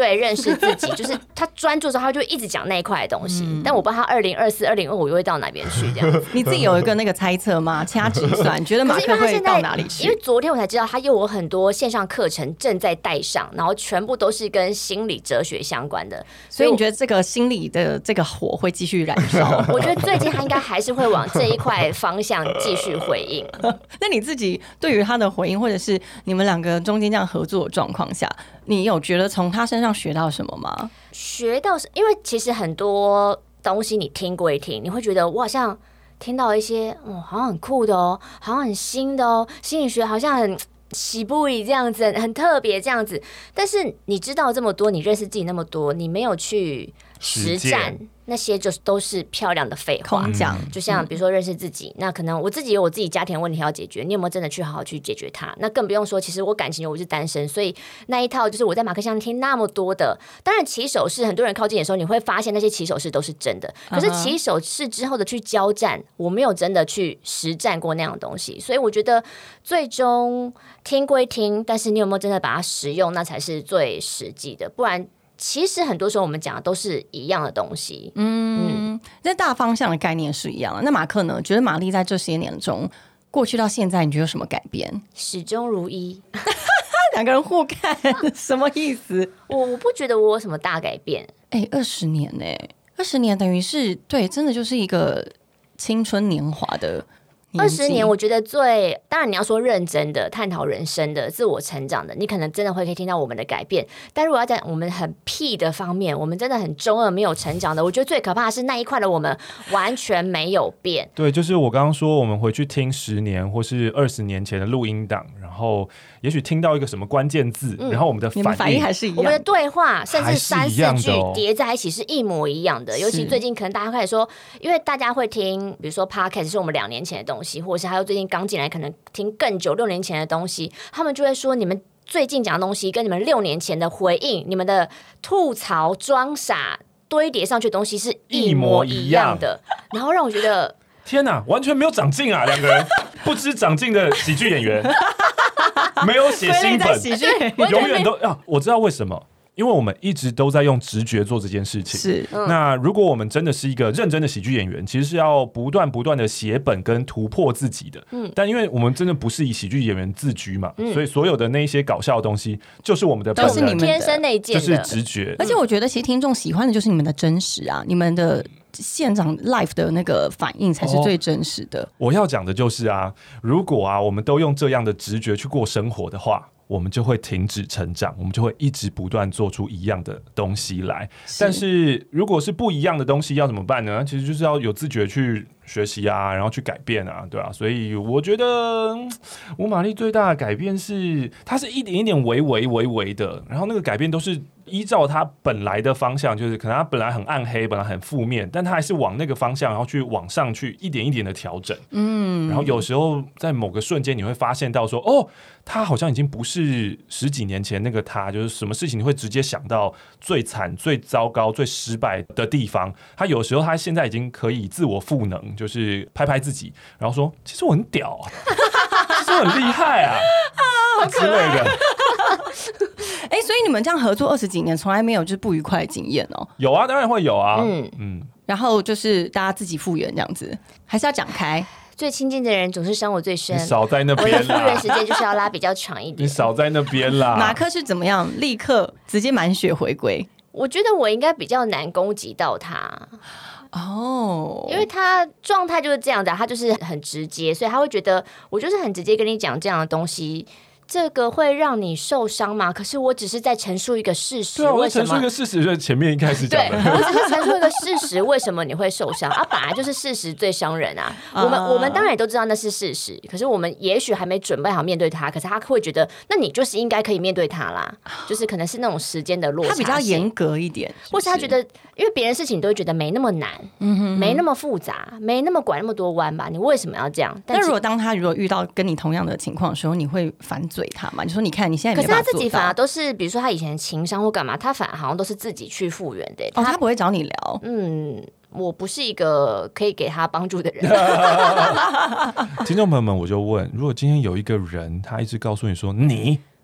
对，认识自己，就是他专注的时候，他就一直讲那一块的东西。嗯、但我不知道他二零二四、二零二五又会到哪边去这样子。 你自己有一个那个猜测吗？掐指算，觉得马克会到哪里去？ 因为昨天我才知道，他又有很多线上课程正在带上，然后全部都是跟心理哲学相关的。 所以你觉得这个心理的这个火会继续燃烧？ 我觉得最近他应该还是会往这一块方向继续回应。 那你自己对于他的回应，或者是你们两个中间这样合作的状况下，你有觉得从他身上学到什么吗？ 学到，因为其实很多东西你听归听，你会觉得我好像听到一些，哦，好像很酷的哦，好像很新的哦，心理学好像很喜不以这样子，很特别这样子。但是你知道这么多，你认识自己那么多，你没有去实战，那些就是都是漂亮的废话， 空讲。 就像比如说认识自己，那可能我自己有我自己家庭问题要解决，你有没有真的去好好去解决它？那更不用说，其实我感情我是单身，所以那一套就是我在马克箱听那么多的，当然起手式很多人靠近的时候，你会发现那些起手式都是真的，可是起手式之后的去交战，我没有真的去实战过那样的东西，所以我觉得最终听归听，但是你有没有真的把它实用，那才是最实际的，不然。其实很多时候我们讲的都是一样的东西， 嗯，这、嗯、大方向的概念是一样的。那马克呢？觉得玛丽在这些年中，过去到现在，你觉得有什么改变？ 始终如一， 两个人互看，什么意思？ 我我不觉得我有什么大改变。 哎、欸，二十年呢、欸？二十年等于是对，真的就是一个青春年华的。 二十年，我觉得最当然你要说认真的探讨人生的、自我成长的，你可能真的会可以听到我们的改变。但如果要在我们很屁的方面，我们真的很中二、没有成长的，我觉得最可怕的是那一块的我们完全没有变。 对，就是我刚刚说，我们回去听十年或是二十年前的录音档，然后也许听到一个什么关键字，嗯、然后我们的反应, 反应还是一样， 我们的对话甚至三四句哦、 叠在一起是一模一样的。尤其最近可能大家开始说，因为大家会听，比如说 Podcast 是我们两年前的东西，或者是还有最近刚进来可能听更久六年前的东西，他们就会说你们最近讲的东西跟你们六年前的回应，你们的吐槽装傻堆叠上去的东西是一模一样的，然后让我觉得天哪，完全没有长进啊！两个人不知长进的喜剧演员，没有写新本，永远都啊！我知道为什么。因为我们一直都在用直觉做这件事情。 是， 嗯、 那如果我们真的是一个认真的喜剧演员，其实是要不断不断的写本跟突破自己的。嗯，但因为我们真的不是以喜剧演员自居嘛，嗯、所以所有的那一些搞笑的东西，就是我们的本能， 就是你们天生内建的， 就是直觉。 而且我觉得，其实听众喜欢的就是你们的真实啊，你们的现场 live 的那个反应才是最真实的。哦、 我要讲的就是啊，如果啊，我们都用这样的直觉去过生活的话。我们就会停止成长，我们就会一直不断做出一样的东西来。是但是如果是不一样的东西要怎么办呢？其实就是要有自觉去学习啊，然后去改变啊，对啊。所以我觉得吴玛丽最大的改变是，她是一点一点微微微微的，然后那个改变都是依照她本来的方向，就是可能她本来很暗黑，本来很负面，但她还是往那个方向，然后去往上去一点一点的调整。嗯，然后有时候在某个瞬间，你会发现到说，哦，她好像已经不是十几年前那个她，就是什么事情你会直接想到最惨、最糟糕、最失败的地方。她有时候她现在已经可以自我赋能，就是拍拍自己，然后说，其实我很屌啊，其实我很厉害啊，啊之类的。 哎、欸，所以你们这样合作二十几年，从来没有就是不愉快的经验哦？ 有啊，当然会有啊。嗯嗯。 然后就是大家自己复原这样子，还是要讲开。 最亲近的人总是伤我最深。 你少在那边啦！ 我的复原时间就是要拉比较长一点。 你少在那边啦！ 马克是怎么样？立刻直接满血回归？ 我觉得我应该比较难攻击到他。哦， oh. 因为他状态就是这样的，他就是很直接，所以他会觉得我就是很直接跟你讲这样的东西。这个会让你受伤吗？可是我只是在陈述一个事实。 对啊，我陈述一个事实，就是前面一开始讲的。 对，我只是陈述一个事实，为什么你会受伤啊？本来就是事实最伤人啊。Uh. 我们我们当然也都知道那是事实，可是我们也许还没准备好面对它。可是他会觉得，那你就是应该可以面对它啦。就是可能是那种时间的落差， 他比较严格一点， 或是他觉得，因为别人事情你都会觉得没那么难，嗯哼，没那么复杂，没那么拐那么多弯吧？你为什么要这样？ 但如果当他如果遇到跟你同样的情况的时候，你会反嘴他吗？你说你看你现在没办法做到，可是他自己反而都是，比如说他以前情商或干嘛，他反而好像都是自己去复原的、欸。 哦，他不会找你聊。 嗯，我不是一个可以给他帮助的人。 听众朋友们，我就问，如果今天有一个人，他一直告诉你说你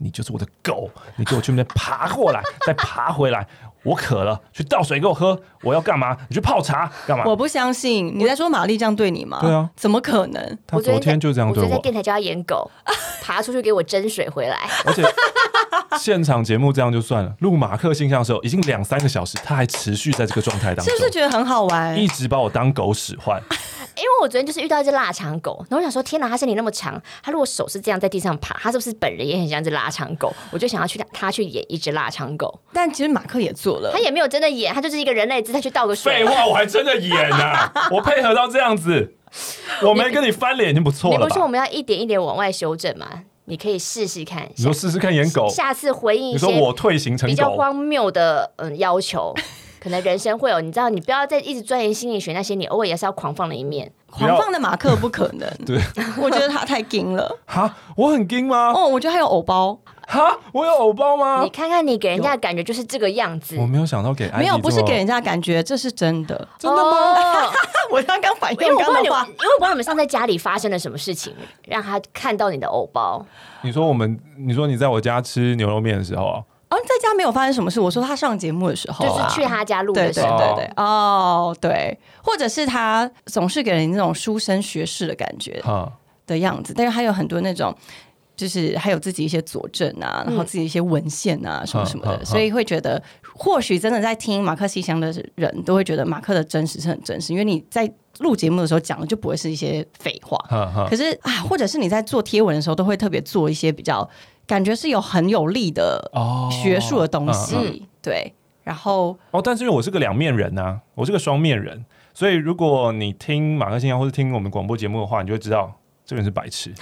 你就是我的狗，你给我去那边爬过来，再爬回来。我渴了，去倒水给我喝。我要干嘛？你去泡茶干嘛？ 我不相信你在说玛丽这样对你吗？ 对啊， 怎么可能？ 他昨天就这样对我。 我昨天在电台叫他演狗，爬出去给我蒸水回来。而且现场节目这样就算了，录马克信箱的时候已经两三个小时，他还持续在这个状态当中， 是不是觉得很好玩？ 一直把我当狗使唤。 因为我昨天就是遇到一只腊肠狗，然后我想说，天哪，它身体那么长，它如果手是这样在地上爬，它是不是本人也很像一只腊肠狗？我就想要去它去演一只腊肠狗， 但其实马克也做了， 他也没有真的演，他就是一个人类姿态去倒个水。 废话，我还真的演啊！我配合到这样子，我没跟你翻脸已经不错了吧？ 你不是说我们要一点一点往外修正吗？你可以试试看。 你说试试看演狗， 下次回应一些你说我退行成狗比较荒谬的嗯要求。可能人生会有，你知道，你不要再一直钻研心理学那些，你偶尔也是要狂放的一面。 狂放的马克不可能， 对， 我觉得他太硬了。 哈，我很硬吗？ 哦，我觉得还有偶包。 哈，我有偶包吗？ 你看看你给人家的感觉就是这个样子。 我没有想到给没有，不是给人家的感觉，这是真的。 真的吗？ 哦、 我刚刚反应因为我不知道你， 刚的话， 因为我不知道你们上在家里发生了什么事情，让他看到你的偶包。 你说我们，你说你在我家吃牛肉面的时候啊。 哦，在家没有发生什么事。我说他上节目的时候、啊， 就是去他家录的时候， 对对对对，哦，对，或者是他总是给人那种书生学士的感觉的样子，但是他有很多那种，就是还有自己一些佐证啊，然后自己一些文献啊、嗯、什么什么的，所以会觉得，或许真的在听马克信箱的人都会觉得马克的真实是很真实，因为你在录节目的时候讲的就不会是一些废话，可是啊，或者是你在做贴文的时候都会特别做一些比较。感觉是有很有力的学术的东西、哦嗯嗯，对，然后哦，但是因为我是个两面人啊，我是个双面人，所以如果你听马克信箱或是听我们广播节目的话，你就会知道这个人是白痴，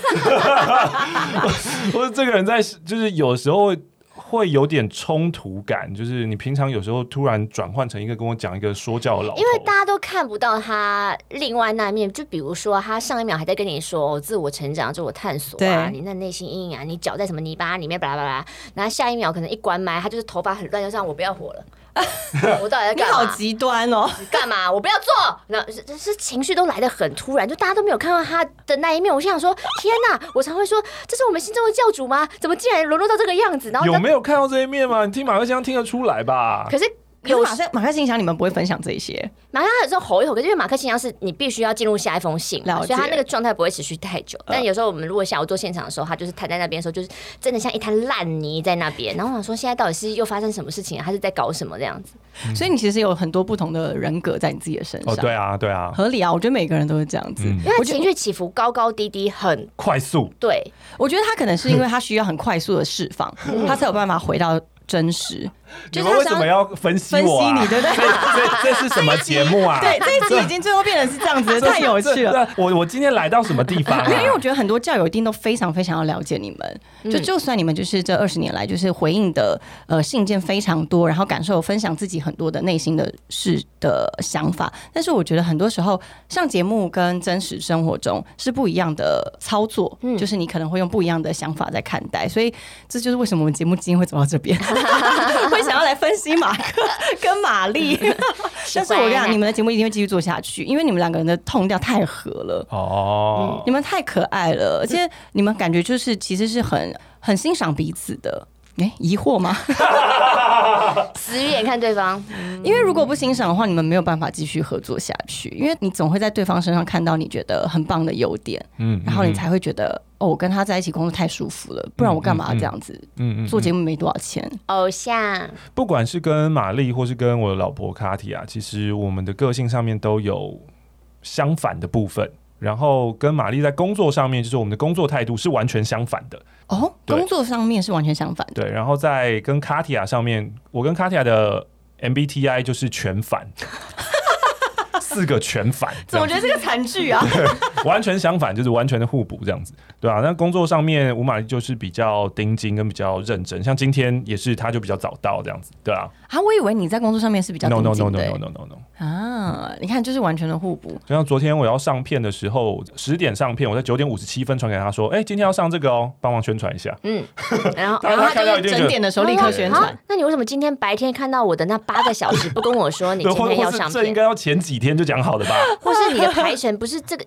或者这个人在就是有时候会有点冲突感，就是你平常有时候突然转换成一个跟我讲一个说教的老头， 因为大家都看不到他另外那一面，就比如说他上一秒还在跟你说、哦、自我成长、自我探索啊，你那内心阴影啊，你脚在什么泥巴里面巴拉巴拉，然后下一秒可能一关麦，他就是头发很乱，就这样我不要活了。我到底在干嘛？ 你好极端哦！ 干嘛？我不要做。那是是情绪都来得很突然，就大家都没有看到他的那一面。我心想说：天哪！我常会说，这是我们心中的教主吗？怎么竟然沦落到这个样子？然后有没有看到这一面吗？你听马克信箱听得出来吧？ 可是。 有马克马克信箱，你们不会分享这些？ 马克有时候吼一吼，可是因为马克信箱是你必须要进入下一封信，所以他那个状态不会持续太久。但有时候我们如果下午做现场的时候，他就是瘫在那边的时候，就是真的像一滩烂泥在那边。然后我想说，现在到底是又发生什么事情、啊，他是在搞什么这样子？ 嗯、所以你其实有很多不同的人格在你自己的身上。 哦，对啊，对啊， 合理啊。我觉得每个人都是这样子，嗯、 因为他情绪起伏高高低低，很快速。 对， 我觉得他可能是因为他需要很快速的释放，他才有办法回到。真实， 你们为什么要分析我、啊？ 分析你，对不对？ 这这是什么节目啊？ 对，这一集已经最后变成是这样子，太有趣了。 我我今天来到什么地方、啊？ 因为我觉得很多教友一定都非常非常要了解你们。就就算你们就是这二十年来，就是回应的呃信件非常多，然后感受分享自己很多的内心的事的想法，但是我觉得很多时候上节目跟真实生活中是不一样的操作，嗯、就是你可能会用不一样的想法在看待，所以这就是为什么我们节目今天会走到这边。会想要来分析马克跟玛丽，但是我跟你讲，你们的节目一定会继续做下去，因为你们两个人的痛调太合了哦、嗯，你们太可爱了，而且你们感觉就是其实是很很欣赏彼此的。哎、欸，疑惑吗？ 死鱼眼看对方， 因为如果不欣赏的话，你们没有办法继续合作下去，因为你总会在对方身上看到你觉得很棒的优点，嗯，然后你才会觉得哦，我跟他在一起工作太舒服了，不然我干嘛这样子？嗯嗯，做节目没多少钱， 偶像。 不管是跟玛丽或是跟我的老婆卡提亚，其实我们的个性上面都有相反的部分。然后跟玛丽在工作上面，就是我们的工作态度是完全相反的哦。工作上面是完全相反的。 对，然后在跟卡提亚上面，我跟卡提亚的 M B T I 就是全反，四个全反。 怎么觉得这个惨剧啊？ 完全相反，就是完全的互补这样子，对啊。那工作上面，吴玛丽就是比较盯紧跟比较认真，像今天也是，他就比较早到这样子，对啊。 啊，我以为你在工作上面是比较盯紧的。 No no no no no no no no。 啊，你看，就是完全的互补。 就像昨天我要上片的时候，十点上片，我在九点五十七分传给他说：“哎、欸，今天要上这个哦，帮忙宣传一下。”嗯， 然后然后他就是整点的时候立刻宣传、啊。 那你为什么今天白天看到我的那八个小时不跟我说你今天要上片？ 这应该要前几天就讲好的吧？ 或是你的排程不是这个，尤尤其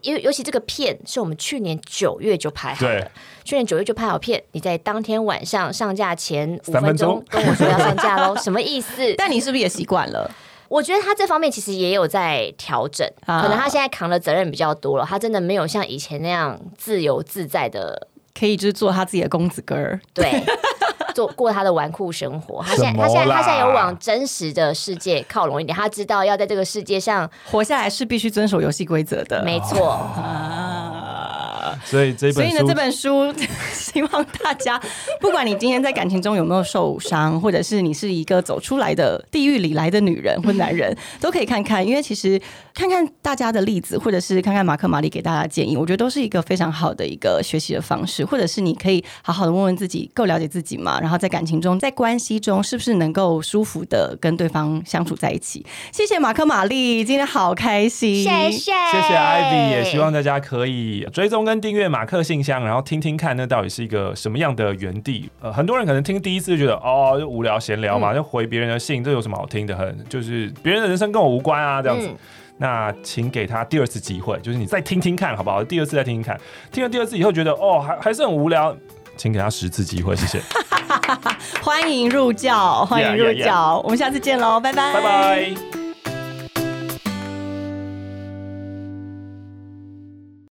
其这个片是我们去年九月就拍好了，去年九月就拍好片，你在当天晚上上架前五分钟跟我说要上架喽，什么意思？ 但你是不是也习惯了？ 我觉得他这方面其实也有在调整，可能他现在扛的责任比较多了，他真的没有像以前那样自由自在的， 可以就是做他自己的公子哥儿， 对，做过他的纨绔生活。他现在他现在他现在有往真实的世界靠拢一点，他知道要在这个世界上活下来是必须遵守游戏规则的， 没错。 啊， 所以这本书， 所以呢，这本书希望大家，不管你今天在感情中有没有受伤，或者是你是一个走出来的地狱里来的女人或男人，都可以看看，因为其实看看大家的例子，或者是看看马克·玛丽给大家的建议，我觉得都是一个非常好的一个学习的方式，或者是你可以好好的问问自己，够了解自己吗？然后在感情中，在关系中，是不是能够舒服的跟对方相处在一起？谢谢马克·玛丽，今天好开心， 谢谢谢谢 Ivy， 也希望大家可以追踪跟订阅马克信箱，然后听听看那到底是一个什么样的园地。呃，很多人可能听第一次就觉得哦，就无聊闲聊嘛，嗯、就回别人的信，这有什么好听的？很就是别人的人生跟我无关啊，这样子。嗯，那请给他第二次机会，就是你再听听看，好不好？第二次再听听看，听了第二次以后觉得哦，还还是很无聊，请给他十次机会，谢谢。 欢迎入教，欢迎入教， yeah, yeah, yeah. 我们下次见喽，拜拜， 拜拜。